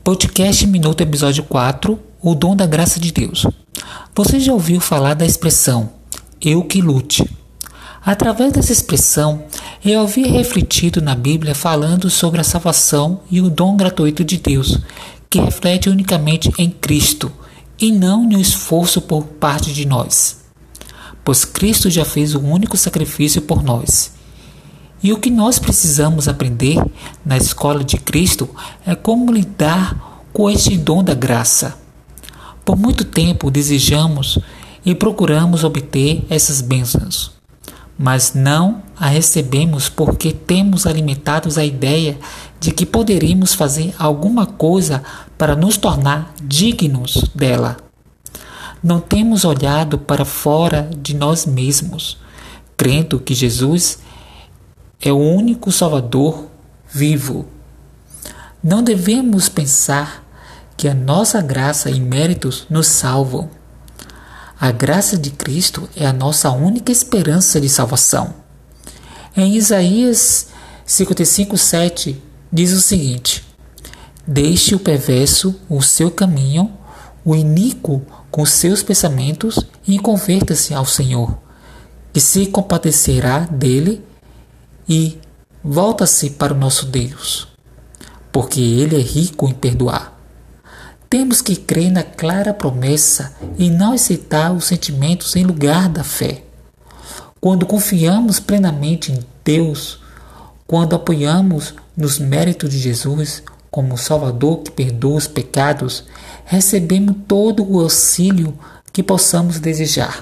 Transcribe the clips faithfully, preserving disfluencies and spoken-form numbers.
Podcast Minuto, episódio quatro, o dom da graça de Deus. Você já ouviu falar da expressão, eu que lute? Através dessa expressão, eu havia refletido na Bíblia falando sobre a salvação e o dom gratuito de Deus, que reflete unicamente em Cristo, e não no esforço por parte de nós. Pois Cristo já fez o único sacrifício por nós. E o que nós precisamos aprender na escola de Cristo é como lidar com este dom da graça. Por muito tempo desejamos e procuramos obter essas bênçãos, mas não a recebemos porque temos alimentado a ideia de que poderíamos fazer alguma coisa para nos tornar dignos dela. Não temos olhado para fora de nós mesmos, crendo que Jesus é o único Salvador vivo. Não devemos pensar que a nossa graça e méritos nos salvam. A graça de Cristo é a nossa única esperança de salvação. Em Isaías cinquenta e cinco, sete, diz o seguinte: Deixe o perverso o seu caminho, o iníquo com os seus pensamentos, e converta-se ao Senhor, que se compadecerá dele, e volta-se para o nosso Deus, porque Ele é rico em perdoar. Temos que crer na clara promessa e não aceitar os sentimentos em lugar da fé. Quando confiamos plenamente em Deus, quando apoiamos nos méritos de Jesus como Salvador que perdoa os pecados, recebemos todo o auxílio que possamos desejar.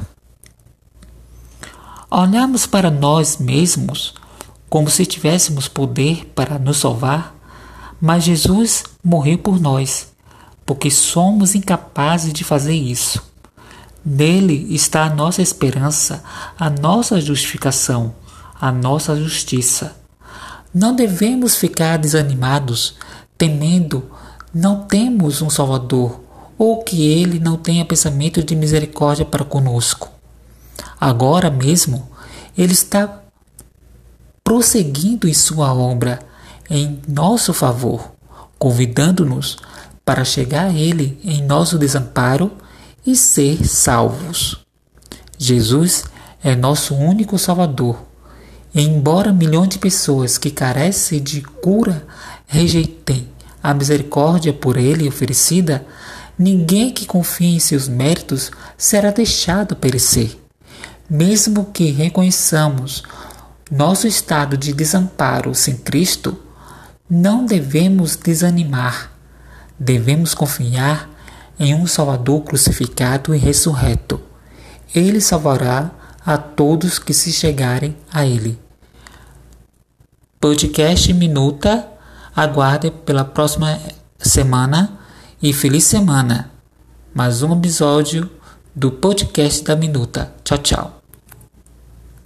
Olhamos para nós mesmos como se tivéssemos poder para nos salvar, mas Jesus morreu por nós, porque somos incapazes de fazer isso. Nele está a nossa esperança, a nossa justificação, a nossa justiça. Não devemos ficar desanimados, temendo não temos um Salvador, ou que Ele não tenha pensamento de misericórdia para conosco. Agora mesmo, Ele está prosseguindo em sua obra em nosso favor, convidando-nos para chegar a Ele em nosso desamparo e ser salvos. Jesus é nosso único Salvador, e embora milhões de pessoas que carecem de cura rejeitem a misericórdia por Ele oferecida, ninguém que confie em seus méritos será deixado perecer. Mesmo que reconheçamos nosso estado de desamparo sem Cristo, não devemos desanimar. Devemos confiar em um Salvador crucificado e ressurreto. Ele salvará a todos que se chegarem a Ele. Podcast Minuta. Aguarde pela próxima semana e feliz semana. Mais um episódio do Podcast da Minuta. Tchau, tchau.